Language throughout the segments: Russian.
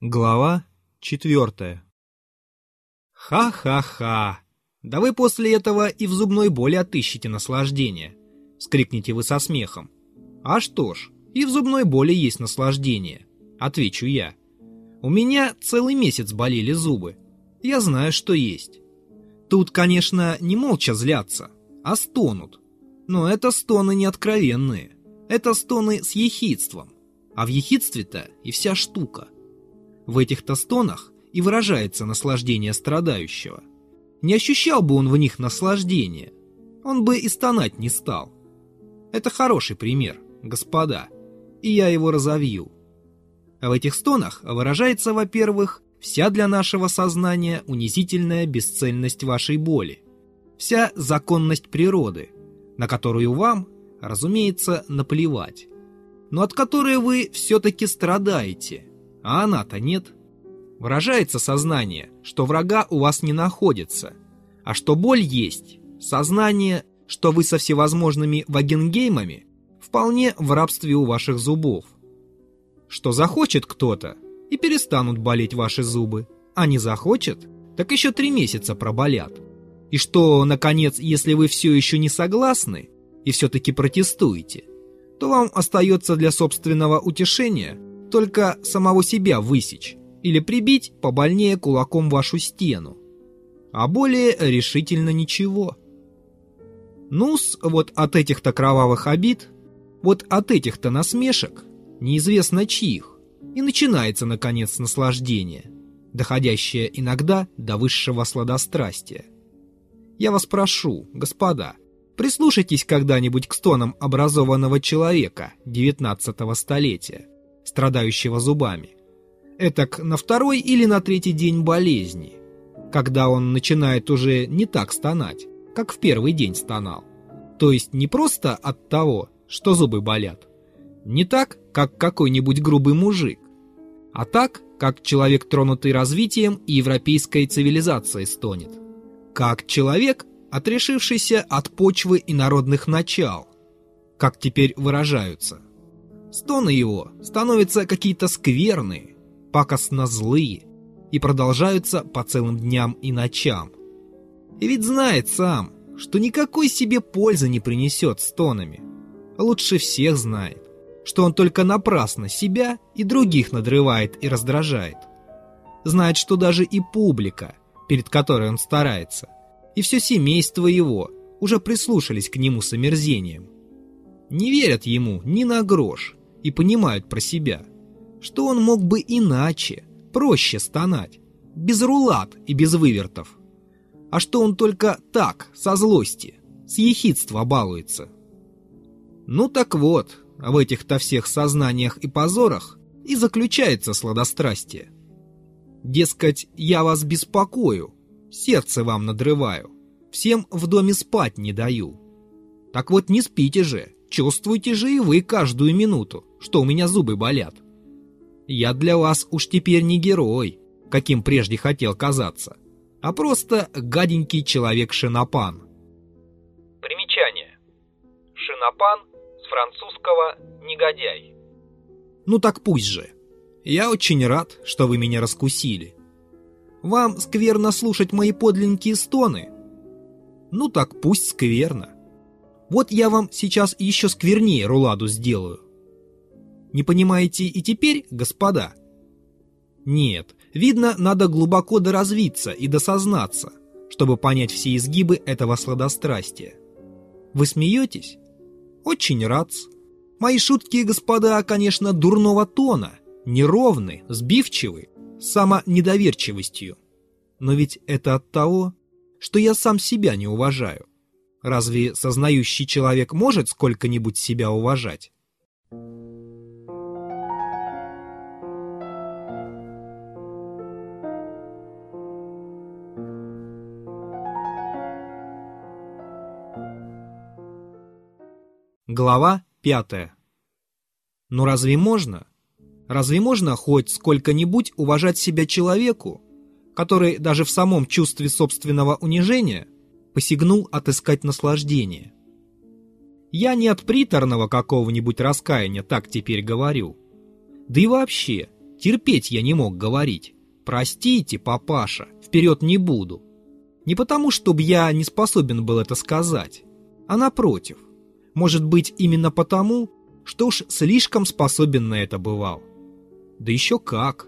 Глава 4. «Ха-ха-ха! Да вы после этого и в зубной боли отыщете наслаждение!» — вскрикнете вы со смехом. «А что ж, и в зубной боли есть наслаждение», — отвечу я. «У меня целый месяц болели зубы. Я знаю, что есть. Тут, конечно, не молча злятся, а стонут. Но это стоны не откровенные. Это стоны с ехидством. А в ехидстве-то и вся штука. В этих-то стонах и выражается наслаждение страдающего. Не ощущал бы он в них наслаждения, он бы и стонать не стал. Это хороший пример, господа, и я его разовью. В этих стонах выражается, во-первых, вся для нашего сознания унизительная бесцельность вашей боли, вся законность природы, на которую вам, разумеется, наплевать, но от которой вы все-таки страдаете, а она-то нет. Выражается сознание, что врага у вас не находится, а что боль есть, сознание, что вы со всевозможными вагенгеймами вполне в рабстве у ваших зубов. Что захочет кто-то, и перестанут болеть ваши зубы, а не захочет, так еще 3 месяца проболят. И что, наконец, если вы все еще не согласны и все-таки протестуете, то вам остается для собственного утешения только самого себя высечь или прибить побольнее кулаком вашу стену. А более решительно ничего. Ну-с, вот от этих-то кровавых обид, вот от этих-то насмешек, неизвестно чьих, и начинается, наконец, наслаждение, доходящее иногда до высшего сладострастия. Я вас прошу, господа, прислушайтесь когда-нибудь к стонам образованного человека XIX столетия, страдающего зубами. Этак на 2-й или на 3-й день болезни, когда он начинает уже не так стонать, как в 1-й день стонал. То есть не просто от того, что зубы болят, не так, как какой-нибудь грубый мужик, а так, как человек, тронутый развитием и европейской цивилизацией, стонет. Как человек, отрешившийся от почвы и народных начал, как теперь выражаются. Стоны его становятся какие-то скверные, пакостно злые и продолжаются по целым дням и ночам. И ведь знает сам, что никакой себе пользы не принесет стонами. Лучше всех знает, что он только напрасно себя и других надрывает и раздражает. Знает, что даже и публика, перед которой он старается, и все семейство его уже прислушались к нему с омерзением. Не верят ему ни на грош и понимают про себя, что он мог бы иначе, проще стонать, без рулат и без вывертов, а что он только так, со злости, с ехидства балуется. Ну так вот, в этих-то всех сознаниях и позорах и заключается сладострастие. Дескать, я вас беспокою, сердце вам надрываю, всем в доме спать не даю. Так вот не спите же, чувствуйте же и вы каждую минуту, что у меня зубы болят. Я для вас уж теперь не герой, каким прежде хотел казаться, а просто гаденький человек-шинопан. Примечание. Шинопан с французского «негодяй». Ну так пусть же. Я очень рад, что вы меня раскусили. Вам скверно слушать мои подлинные стоны? Ну так пусть скверно. Вот я вам сейчас еще сквернее руладу сделаю. Не понимаете и теперь, господа? Нет, видно, надо глубоко доразвиться и досознаться, чтобы понять все изгибы этого сладострастия. Вы смеетесь? Очень рад. Мои шутки, господа, конечно, дурного тона, неровны, сбивчивы, с самонедоверчивостью. Но ведь это от того, что я сам себя не уважаю. Разве сознающий человек может сколько-нибудь себя уважать? Глава 5. Но разве можно? Разве можно хоть сколько-нибудь уважать себя человеку, который даже в самом чувстве собственного унижения посягнул отыскать наслаждение? Я не от приторного какого-нибудь раскаяния так теперь говорю. Да и вообще, терпеть я не мог говорить: «Простите, папаша, вперед не буду». Не потому, чтобы я не способен был это сказать, а напротив, может быть, именно потому, что уж слишком способен на это бывал. Да еще как.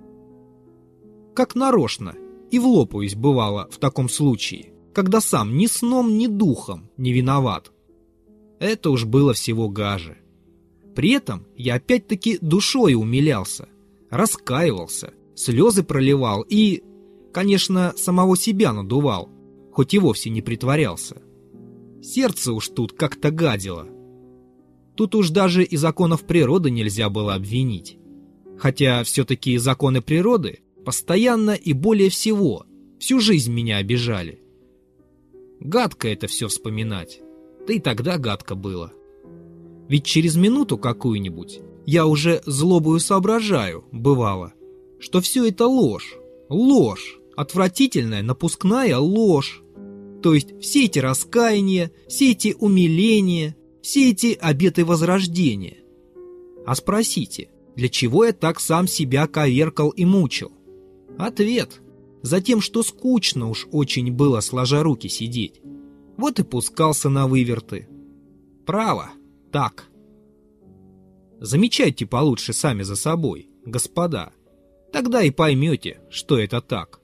Как нарочно и влопаюсь бывало в таком случае, когда сам ни сном, ни духом не виноват. Это уж было всего гаже. При этом я опять-таки душой умилялся, раскаивался, слезы проливал и, конечно, самого себя надувал, хоть и вовсе не притворялся. Сердце уж тут как-то гадило. Тут уж даже и законов природы нельзя было обвинить. Хотя все-таки законы природы постоянно и более всего всю жизнь меня обижали. Гадко это все вспоминать, да и тогда гадко было. Ведь через минуту какую-нибудь я уже злобою соображаю, бывало, что все это ложь, ложь, отвратительная напускная ложь. То есть все эти раскаяния, все эти умиления, все эти обеты возрождения. А спросите, для чего я так сам себя коверкал и мучил? Ответ: затем, что скучно уж очень было сложа руки сидеть. Вот и пускался на выверты. Право, так. Замечайте получше сами за собой, господа. Тогда и поймете, что это так.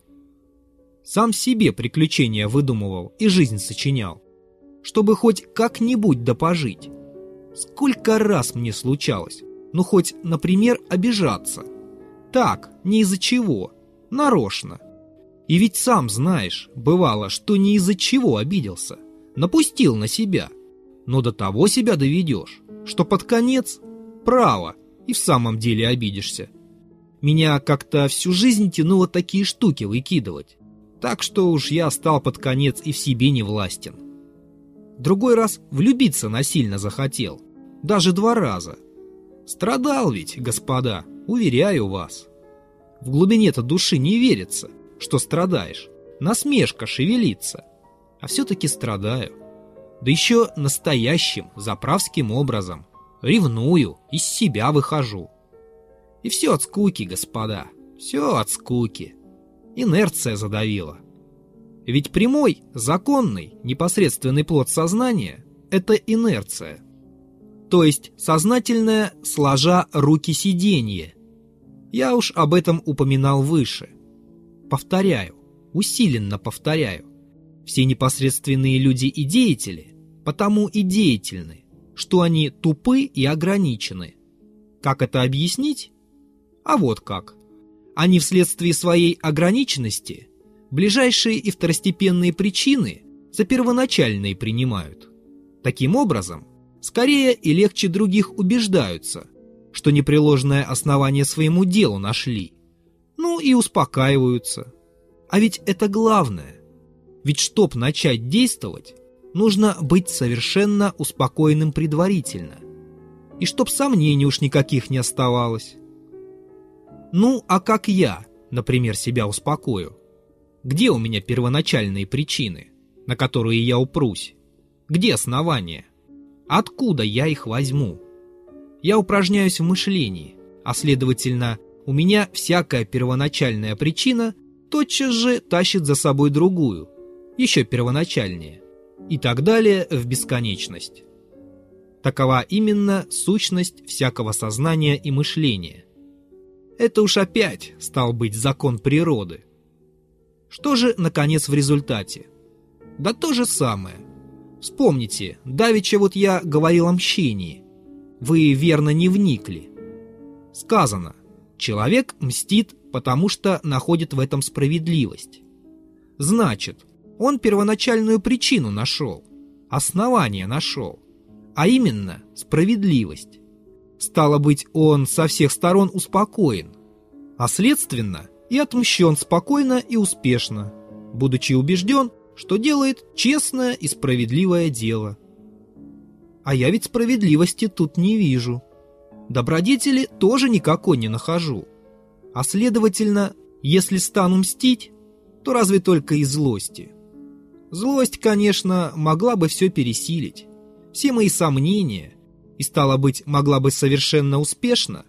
Сам себе приключения выдумывал и жизнь сочинял, чтобы хоть как-нибудь допожить. Сколько раз мне случалось, ну хоть, например, обижаться. Так, не из-за чего, нарочно. И ведь сам знаешь, бывало, что не из-за чего обиделся, напустил на себя. Но до того себя доведешь, что под конец, право, и в самом деле обидишься. Меня как-то всю жизнь тянуло такие штуки выкидывать, так что уж я стал под конец и в себе не властен. Другой раз влюбиться насильно захотел, даже 2 раза. Страдал ведь, господа, уверяю вас. В глубине-то души не верится, что страдаешь, насмешка шевелится, а все-таки страдаю. Да еще настоящим, заправским образом. Ревную, из себя выхожу. И все от скуки, господа, все от скуки. Инерция задавила. Ведь прямой, законный, непосредственный плод сознания – это инерция. То есть сознательное сложа руки сиденье. Я уж об этом упоминал выше. Повторяю, усиленно повторяю. Все непосредственные люди и деятели потому и деятельны, что они тупы и ограничены. Как это объяснить? А вот как. Они вследствие своей ограниченности ближайшие и второстепенные причины за первоначальные принимают. Таким образом, скорее и легче других убеждаются, что непреложное основание своему делу нашли. Ну и успокаиваются. А ведь это главное. Ведь чтоб начать действовать, нужно быть совершенно успокоенным предварительно. И чтоб сомнений уж никаких не оставалось. Ну, а как я, например, себя успокою? Где у меня первоначальные причины, на которые я упрусь? Где основания? Откуда я их возьму? Я упражняюсь в мышлении, а следовательно, у меня всякая первоначальная причина тотчас же тащит за собой другую, еще первоначальнее, и так далее в бесконечность. Такова именно сущность всякого сознания и мышления. Это уж опять стал быть закон природы. Что же, наконец, в результате? Да то же самое. Вспомните, давеча вот я говорил о мщении. Вы верно не вникли. Сказано, человек мстит, потому что находит в этом справедливость. Значит, он первоначальную причину нашел, основание нашел, а именно справедливость. Стало быть, он со всех сторон успокоен, а следственно и отмщен спокойно и успешно, будучи убежден, что делает честное и справедливое дело. А я ведь справедливости тут не вижу. Добродетели тоже никакой не нахожу. А следовательно, если стану мстить, то разве только из злости. Злость, конечно, могла бы все пересилить, все мои сомнения, и, стало быть, могла бы совершенно успешно,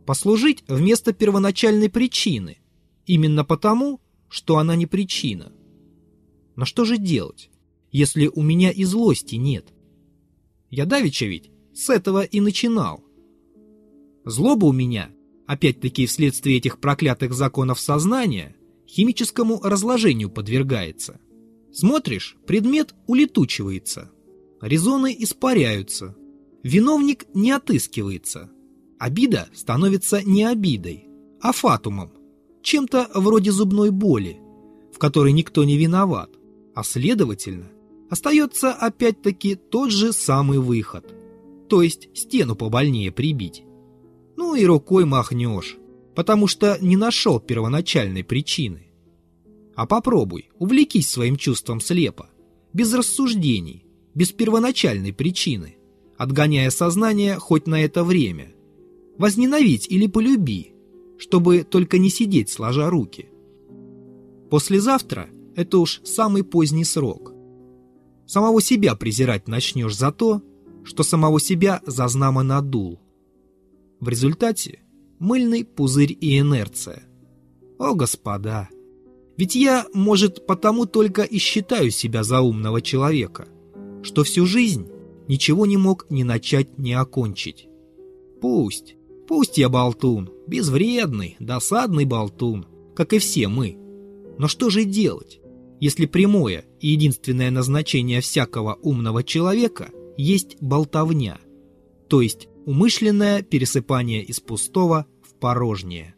послужить вместо первоначальной причины, именно потому, что она не причина. Но что же делать, если у меня и злости нет? Я давеча ведь с этого и начинал. Злоба у меня, опять-таки вследствие этих проклятых законов сознания, химическому разложению подвергается. Смотришь, предмет улетучивается, резоны испаряются, виновник не отыскивается, обида становится не обидой, а фатумом, чем-то вроде зубной боли, в которой никто не виноват, а следовательно, остается опять-таки тот же самый выход, то есть стену побольнее прибить. Ну и рукой махнешь, потому что не нашел первоначальной причины. А попробуй, увлекись своим чувством слепо, без рассуждений, без первоначальной причины, отгоняя сознание хоть на это время. Возненавидь или полюби, чтобы только не сидеть сложа руки. Послезавтра — это уж самый поздний срок. Самого себя презирать начнешь за то, что самого себя за знамо надул. В результате мыльный пузырь и инерция. О, господа! Ведь я, может, потому только и считаю себя за умного человека, что всю жизнь ничего не мог ни начать, ни окончить. Пусть я болтун, безвредный, досадный болтун, как и все мы. Но что же делать, если прямое и единственное назначение всякого умного человека есть болтовня, то есть умышленное пересыпание из пустого в порожнее?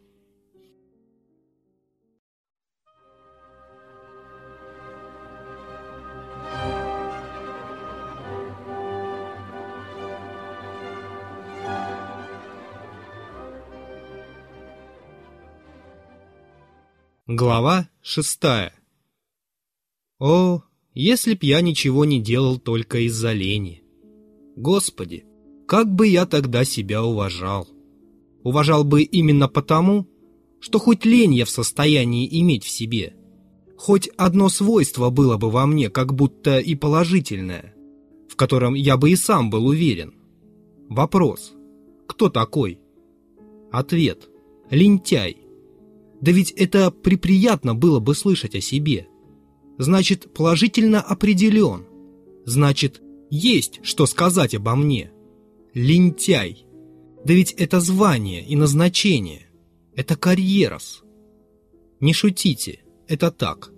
Глава 6. О, если б я ничего не делал только из-за лени! Господи, как бы я тогда себя уважал! Уважал бы именно потому, что хоть лень я в состоянии иметь в себе, хоть одно свойство было бы во мне как будто и положительное, в котором я бы и сам был уверен. Вопрос: кто такой? Ответ: лентяй. Да ведь это приприятно было бы слышать о себе. Значит, положительно определен. Значит, есть что сказать обо мне. Лентяй. Да ведь это звание и назначение. Это карьерос. Не шутите, это так.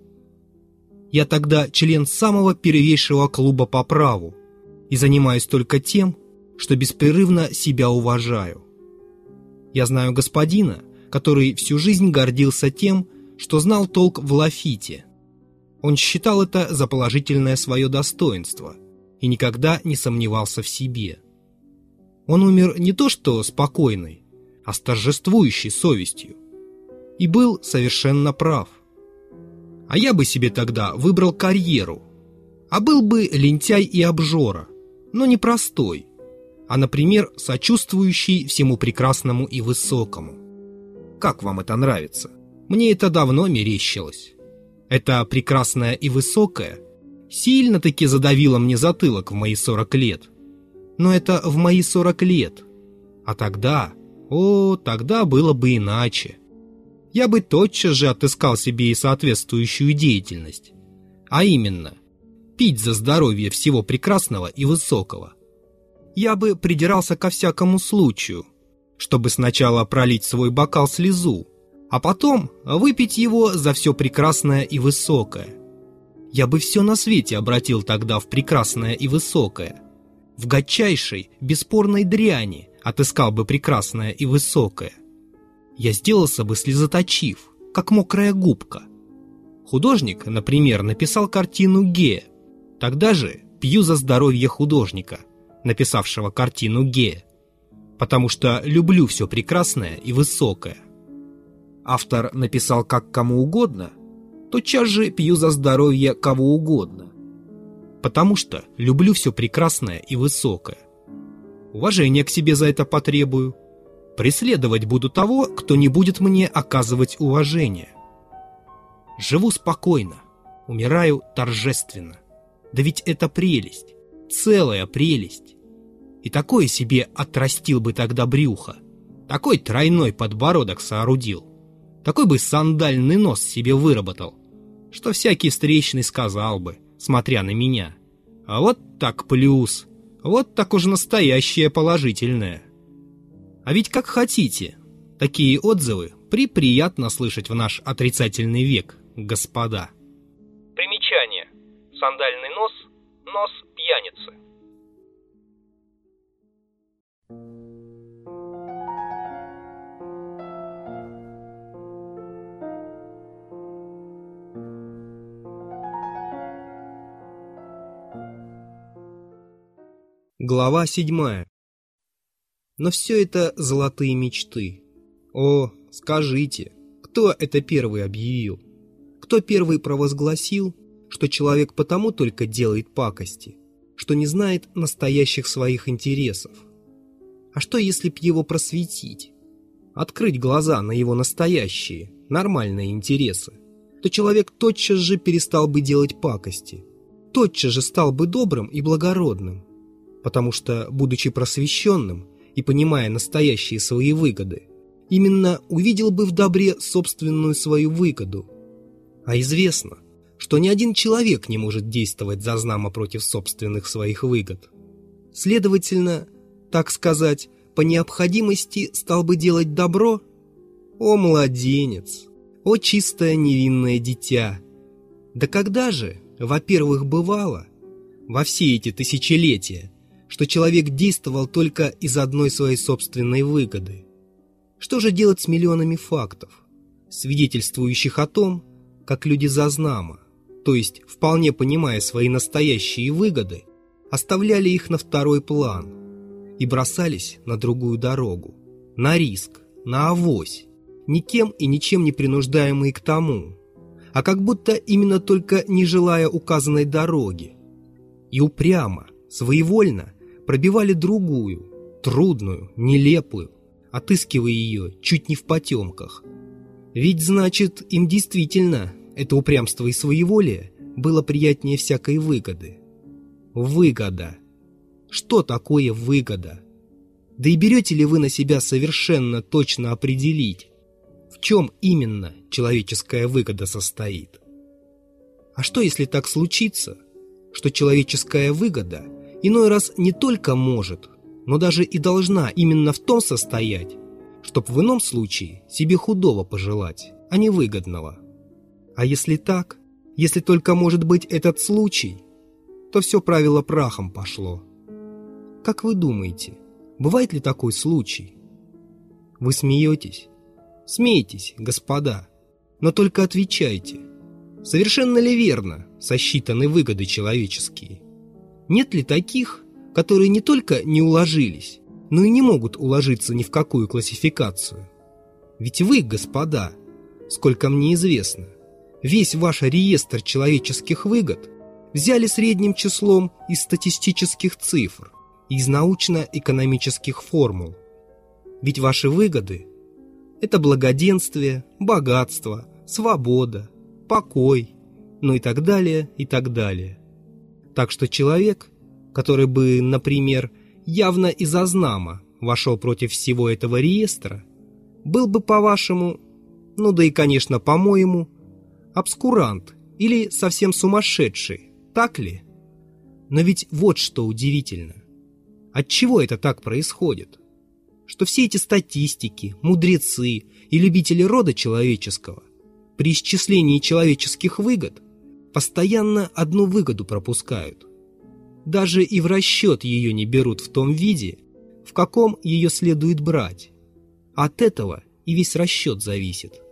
Я тогда член самого первейшего клуба по праву и занимаюсь только тем, что беспрерывно себя уважаю. Я знаю господина, который всю жизнь гордился тем, что знал толк в лафите. Он считал это за положительное свое достоинство и никогда не сомневался в себе. Он умер не то что спокойной, а с торжествующей совестью. И был совершенно прав. А я бы себе тогда выбрал карьеру, а был бы лентяй и обжора, но не простой, а, например, сочувствующий всему прекрасному и высокому. Как вам это нравится? Мне это давно мерещилось. Это прекрасное и высокое сильно-таки задавило мне затылок в мои 40 лет. Но это в мои 40 лет. А тогда, тогда было бы иначе. Я бы тотчас же отыскал себе и соответствующую деятельность. А именно, пить за здоровье всего прекрасного и высокого. Я бы придирался ко всякому случаю, чтобы сначала пролить свой бокал слезу, а потом выпить его за все прекрасное и высокое. Я бы все на свете обратил тогда в прекрасное и высокое. В гадчайшей, бесспорной дряни отыскал бы прекрасное и высокое. Я сделался бы слезоточив, как мокрая губка. Художник, например, написал картину Гея. Тогда же пью за здоровье художника, написавшего картину Гея, потому что люблю все прекрасное и высокое. Автор написал как кому угодно, тотчас же пью за здоровье кого угодно, потому что люблю все прекрасное и высокое. Уважение к себе за это потребую. Преследовать буду того, кто не будет мне оказывать уважение. Живу спокойно, умираю торжественно. Да ведь это прелесть, целая прелесть. И такое себе отрастил бы тогда брюхо, такой тройной подбородок соорудил, такой бы сандальный нос себе выработал, что всякий встречный сказал бы, смотря на меня: а вот так плюс, вот так уж настоящее положительное. А ведь как хотите, такие отзывы приятно слышать в наш отрицательный век, господа. Примечание. Сандальный нос – нос пьяницы. Глава 7. Но все это золотые мечты. О, скажите, кто это первый объявил? Кто первый провозгласил, что человек потому только делает пакости, что не знает настоящих своих интересов? А что, если б его просветить, открыть глаза на его настоящие, нормальные интересы, то человек тотчас же перестал бы делать пакости, тотчас же стал бы добрым и благородным, потому что, будучи просвещенным и понимая настоящие свои выгоды, именно увидел бы в добре собственную свою выгоду. А известно, что ни один человек не может действовать зазнамо против собственных своих выгод. Следовательно, так сказать, по необходимости стал бы делать добро? О, младенец! О, чистое невинное дитя! Да когда же, во-первых, бывало, во все эти тысячелетия, что человек действовал только из одной своей собственной выгоды? Что же делать с миллионами фактов, свидетельствующих о том, как люди зазнамо, то есть вполне понимая свои настоящие выгоды, оставляли их на второй план и бросались на другую дорогу, на риск, на авось, никем и ничем не принуждаемые к тому, а как будто именно только не желая указанной дороги, и упрямо, своевольно пробивали другую, трудную, нелепую, отыскивая ее чуть не в потемках. Ведь, значит, им действительно это упрямство и своеволие было приятнее всякой выгоды. Выгода. Что такое выгода? Да и берете ли вы на себя совершенно точно определить, в чем именно человеческая выгода состоит? А что, если так случится, что человеческая выгода иной раз не только может, но даже и должна именно в том состоять, чтоб в ином случае себе худого пожелать, а не выгодного? А если так, если только может быть этот случай, то все правило прахом пошло. Как вы думаете, бывает ли такой случай? Вы смеетесь? Смейтесь, господа, но только отвечайте. Совершенно ли верно сосчитаны выгоды человеческие? Нет ли таких, которые не только не уложились, но и не могут уложиться ни в какую классификацию? Ведь вы, господа, сколько мне известно, весь ваш реестр человеческих выгод взяли средним числом из статистических цифр, из научно-экономических формул. Ведь ваши выгоды – это благоденствие, богатство, свобода, покой, ну и так далее, и так далее. Так что человек, который бы, например, явно из-за знама вошел против всего этого реестра, был бы, по-вашему, ну да и, конечно, по-моему, обскурант или совсем сумасшедший, так ли? Но ведь вот что удивительно. Отчего это так происходит? Что все эти статистики, мудрецы и любители рода человеческого при исчислении человеческих выгод постоянно одну выгоду пропускают. Даже и в расчет ее не берут в том виде, в каком ее следует брать. От этого и весь расчет зависит.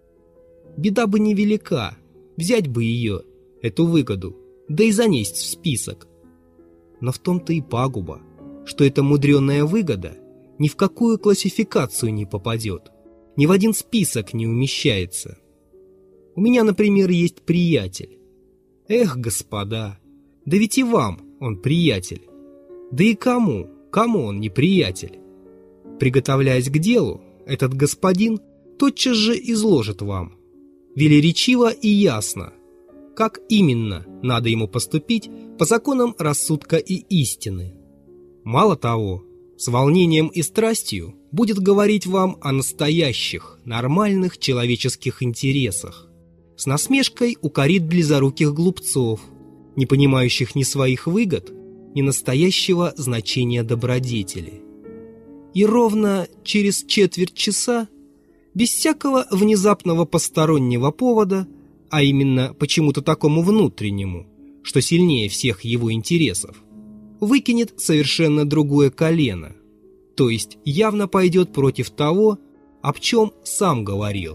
Беда бы невелика, взять бы ее, эту выгоду, да и занесть в список. Но в том-то и пагуба, что эта мудреная выгода ни в какую классификацию не попадет, ни в один список не умещается. У меня, например, есть приятель. Эх, господа, да ведь и вам он приятель. Да и кому он не приятель? Приготовляясь к делу, этот господин тотчас же изложит вам, велеречиво и ясно, как именно надо ему поступить по законам рассудка и истины. Мало того, С волнением и страстью будет говорить вам о настоящих, нормальных человеческих интересах. С насмешкой укорит близоруких глупцов, не понимающих ни своих выгод, ни настоящего значения добродетели. И ровно через четверть часа, без всякого внезапного постороннего повода, а именно почему-то такому внутреннему, что сильнее всех его интересов, выкинет совершенно другое колено, то есть явно пойдет против того, об чем сам говорил,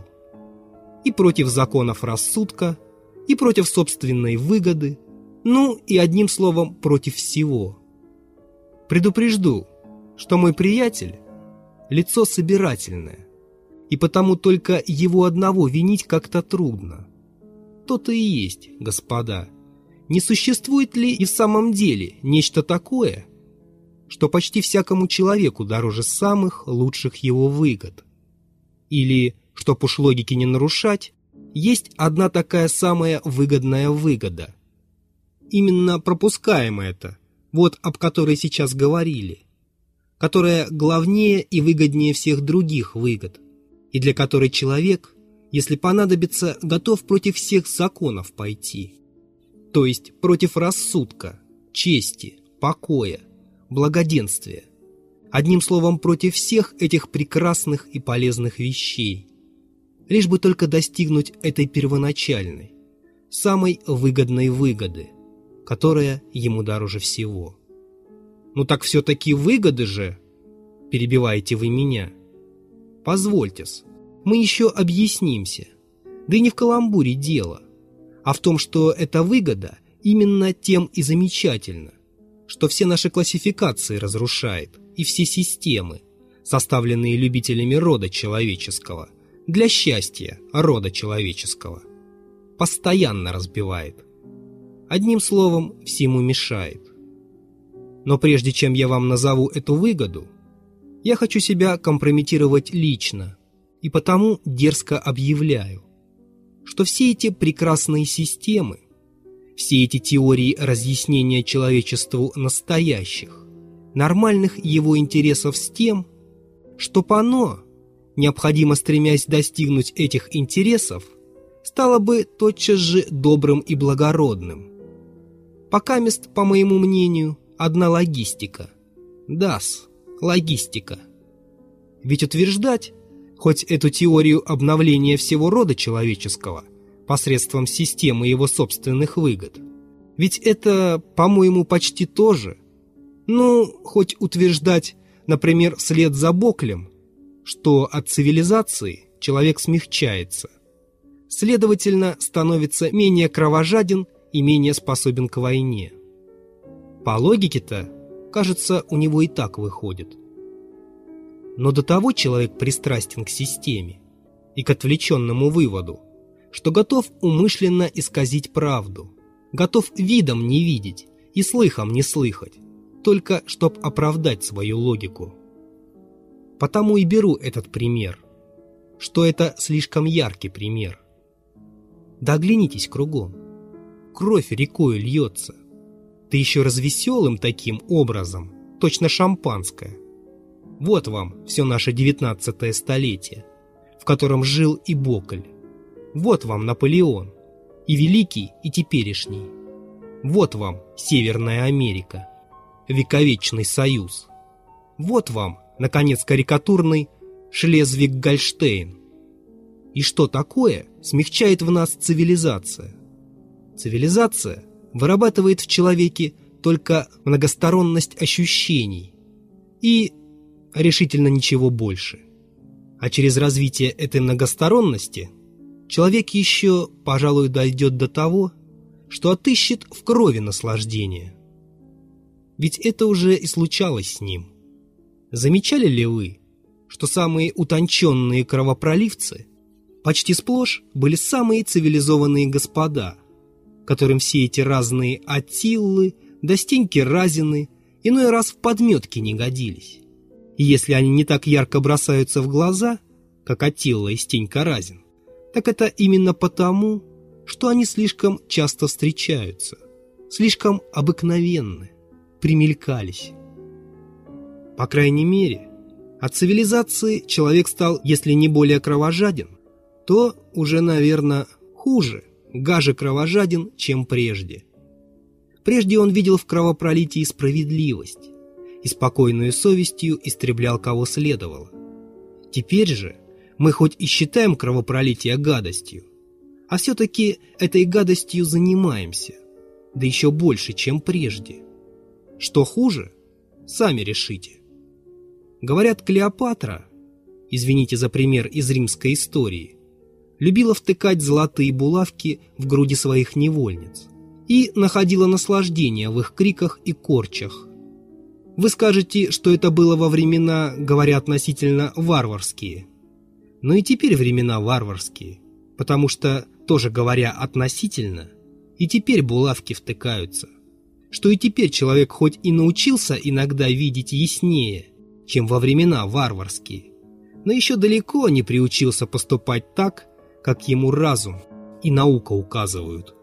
и против законов рассудка, и против собственной выгоды, ну и одним словом против всего. Предупрежду, что мой приятель – лицо собирательное, и потому только его одного винить как-то трудно. То-то и есть, господа. Не существует ли и в самом деле нечто такое, что почти всякому человеку дороже самых лучших его выгод? Или, чтоб уж логики не нарушать, есть одна такая самая выгодная выгода. Именно пропускаемая-то, вот об которой сейчас говорили, которая главнее и выгоднее всех других выгод, и для которой человек, если понадобится, готов против всех законов пойти. То есть против рассудка, чести, покоя, благоденствия. Одним словом, против всех этих прекрасных и полезных вещей. Лишь бы только достигнуть этой первоначальной, самой выгодной выгоды, которая ему дороже всего. «Ну так все-таки выгоды же», — перебиваете вы меня. Позвольте-с, мы еще объяснимся. Да и не в каламбуре дело, а в том, что эта выгода именно тем и замечательна, что все наши классификации разрушает и все системы, составленные любителями рода человеческого, для счастья рода человеческого, постоянно разбивает. Одним словом, всему мешает. Но прежде чем я вам назову эту выгоду, я хочу себя компрометировать лично, и потому дерзко объявляю, что все эти прекрасные системы, все эти теории разъяснения человечеству настоящих, нормальных его интересов с тем, чтоб оно, необходимо стремясь достигнуть этих интересов, стало бы тотчас же добрым и благородным. Покамест, по моему мнению, одна логистика. Да-с, логистика. Ведь утверждать, хоть эту теорию обновления всего рода человеческого посредством системы его собственных выгод, ведь это, по-моему, почти то же. Ну, хоть утверждать, например, вслед за Боклем, что от цивилизации человек смягчается, следовательно, становится менее кровожаден и менее способен к войне. По логике-то, кажется, у него и так выходит. Но до того человек пристрастен к системе и к отвлеченному выводу, что готов умышленно исказить правду, готов видом не видеть и слыхом не слыхать, только чтоб оправдать свою логику. Потому и беру этот пример, что это слишком яркий пример. Да оглянитесь кругом. Кровь рекою льется. Да еще развеселым таким образом, точно шампанское. Вот вам все наше 19-е столетие, в котором жил и Бокль. Вот вам Наполеон, и великий, и теперешний. Вот вам Северная Америка, вековечный союз. Вот вам, наконец, карикатурный Шлезвиг-Гольштейн. И что такое смягчает в нас цивилизация? Цивилизация вырабатывает в человеке только многосторонность ощущений и решительно ничего больше. А через развитие этой многосторонности человек еще, пожалуй, дойдет до того, что отыщет в крови наслаждение. Ведь это уже и случалось с ним. Замечали ли вы, что самые утонченные кровопроливцы почти сплошь были самые цивилизованные господа, которым все эти разные Аттиллы, да Стеньки Разины иной раз в подметке не годились? И если они не так ярко бросаются в глаза, как Аттила и Стенька Разин, так это именно потому, что они слишком часто встречаются, слишком обыкновенны, примелькались. По крайней мере, от цивилизации человек стал, если не более кровожаден, то уже, наверное, хуже, гаже кровожаден, чем прежде. Прежде он видел в кровопролитии справедливость и спокойную совестью истреблял кого следовало. Теперь же мы хоть и считаем кровопролитие гадостью, а все-таки этой гадостью занимаемся, да еще больше, чем прежде. Что хуже, сами решите. Говорят, Клеопатра, извините за пример из римской истории, любила втыкать золотые булавки в груди своих невольниц и находила наслаждение в их криках и корчах. Вы скажете, что это было во времена, говоря относительно, варварские. Но и теперь времена варварские, потому что, тоже говоря относительно, и теперь булавки втыкаются. Что и теперь человек хоть и научился иногда видеть яснее, чем во времена варварские, но еще далеко не приучился поступать так, как ему разум и наука указывают.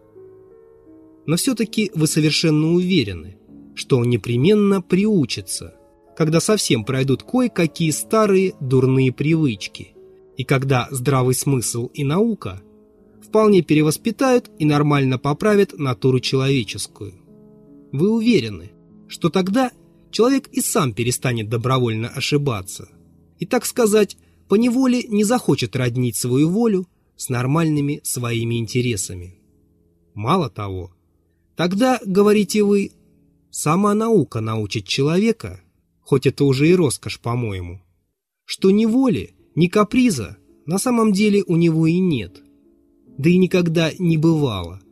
Но все-таки вы совершенно уверены, что он непременно приучится, когда совсем пройдут кое-какие старые дурные привычки, и когда здравый смысл и наука вполне перевоспитают и нормально поправят натуру человеческую. Вы уверены, что тогда человек и сам перестанет добровольно ошибаться, и, так сказать, поневоле не захочет роднить свою волю с нормальными своими интересами. Мало того, тогда, говорите вы, сама наука научит человека, хоть это уже и роскошь, по-моему, что ни воли, ни каприза на самом деле у него и нет, да и никогда не бывало.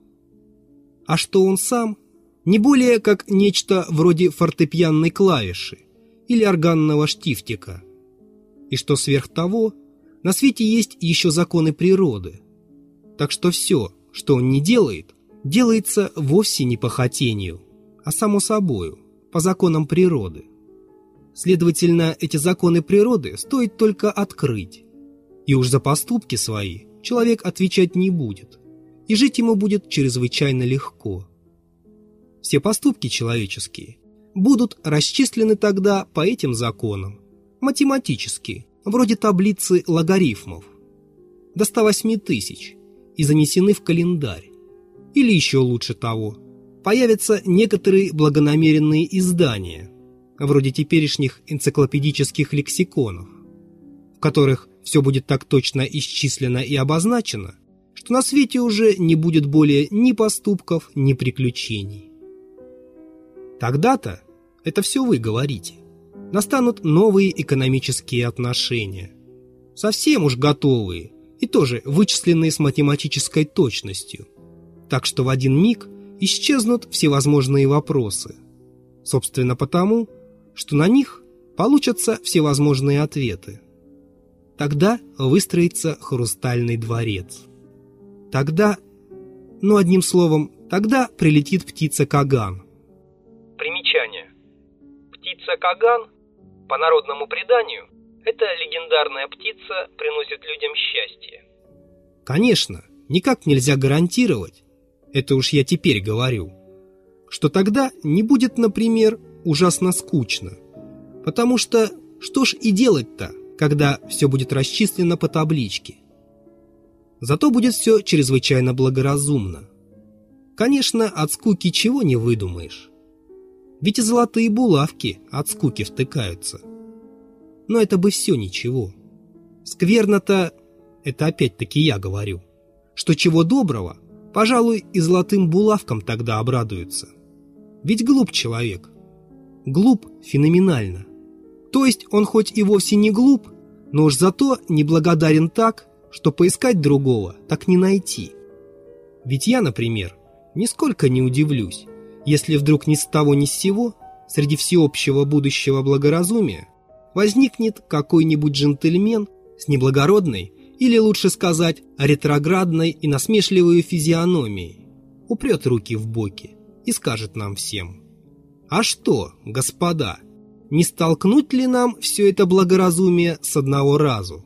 А что он сам не более как нечто вроде фортепианной клавиши или органного штифтика, и что сверх того на свете есть еще законы природы, так что все, что он не делает, делается вовсе не по хотению, а само собою, по законам природы. Следовательно, эти законы природы стоит только открыть, и уж за поступки свои человек отвечать не будет, и жить ему будет чрезвычайно легко. Все поступки человеческие будут расчислены тогда по этим законам, математически, вроде таблицы логарифмов, до 108 тысяч, и занесены в календарь. Или еще лучше того, появятся некоторые благонамеренные издания, вроде теперешних энциклопедических лексиконов, в которых все будет так точно исчислено и обозначено, что на свете уже не будет более ни поступков, ни приключений. Тогда-то, это все вы говорите, настанут новые экономические отношения, совсем уж готовые и тоже вычисленные с математической точностью, так что в один миг исчезнут всевозможные вопросы, собственно потому, что на них получатся всевозможные ответы. Тогда выстроится хрустальный дворец. Тогда, одним словом, тогда прилетит птица Каган. Примечание. Птица Каган, по народному преданию, эта легендарная птица приносит людям счастье. Конечно, никак нельзя гарантировать, это уж я теперь говорю, что тогда не будет, например, ужасно скучно, потому что ж и делать-то, когда все будет расчислено по табличке. Зато будет все чрезвычайно благоразумно. Конечно, от скуки чего не выдумаешь. Ведь и золотые булавки от скуки втыкаются. Но это бы все ничего. Скверно-то, это опять-таки я говорю, что чего доброго, пожалуй, и золотым булавкам тогда обрадуются. Ведь глуп человек. Глуп феноменально. То есть он хоть и вовсе не глуп, но уж зато неблагодарен так, что поискать другого так не найти. Ведь я, например, нисколько не удивлюсь, если вдруг ни с того ни с сего среди всеобщего будущего благоразумия возникнет какой-нибудь джентльмен с неблагородной, или лучше сказать, ретроградной и насмешливой физиономией, упрет руки в боки и скажет нам всем: «А что, господа, не столкнуть ли нам все это благоразумие с одного разу?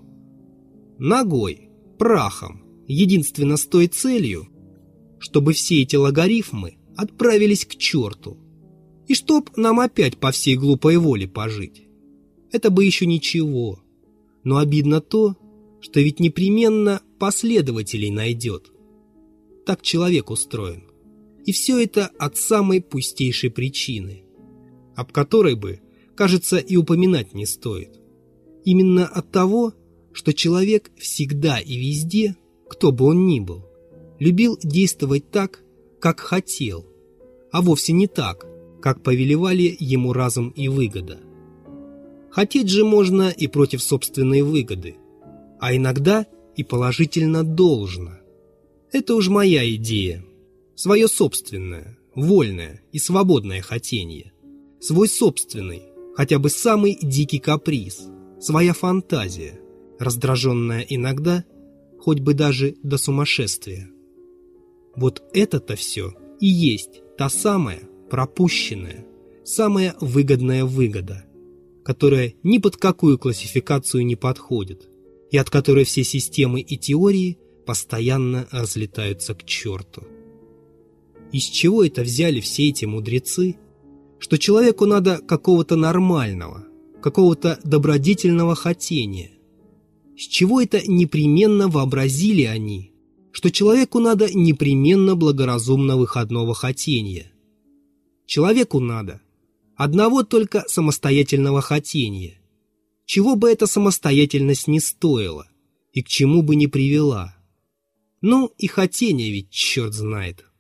Ногой, прахом, единственно с той целью, чтобы все эти логарифмы отправились к черту, и чтоб нам опять по всей глупой воле пожить, это бы еще ничего. Но обидно то, что ведь непременно последователей найдет. Так человек устроен. И все это от самой пустейшей причины, об которой бы, кажется, и упоминать не стоит. Именно от того, что человек всегда и везде, кто бы он ни был, любил действовать так, как хотел, а вовсе не так, как повелевали ему разум и выгода. Хотеть же можно и против собственной выгоды, а иногда и положительно должно. Это уж моя идея, свое собственное, вольное и свободное хотение, свой собственный, хотя бы самый дикий каприз, своя фантазия, раздраженная иногда, хоть бы даже до сумасшествия. Вот это-то все и есть та самая пропущенная, самая выгодная выгода, которая ни под какую классификацию не подходит, и от которой все системы и теории постоянно разлетаются к черту. Из чего это взяли все эти мудрецы, что человеку надо какого-то нормального, какого-то добродетельного хотения? С чего это непременно вообразили они, что человеку надо непременно благоразумно выходного хотения? Человеку надо одного только самостоятельного хотения, чего бы эта самостоятельность не стоила и к чему бы не привела. Ну и хотение ведь черт знает.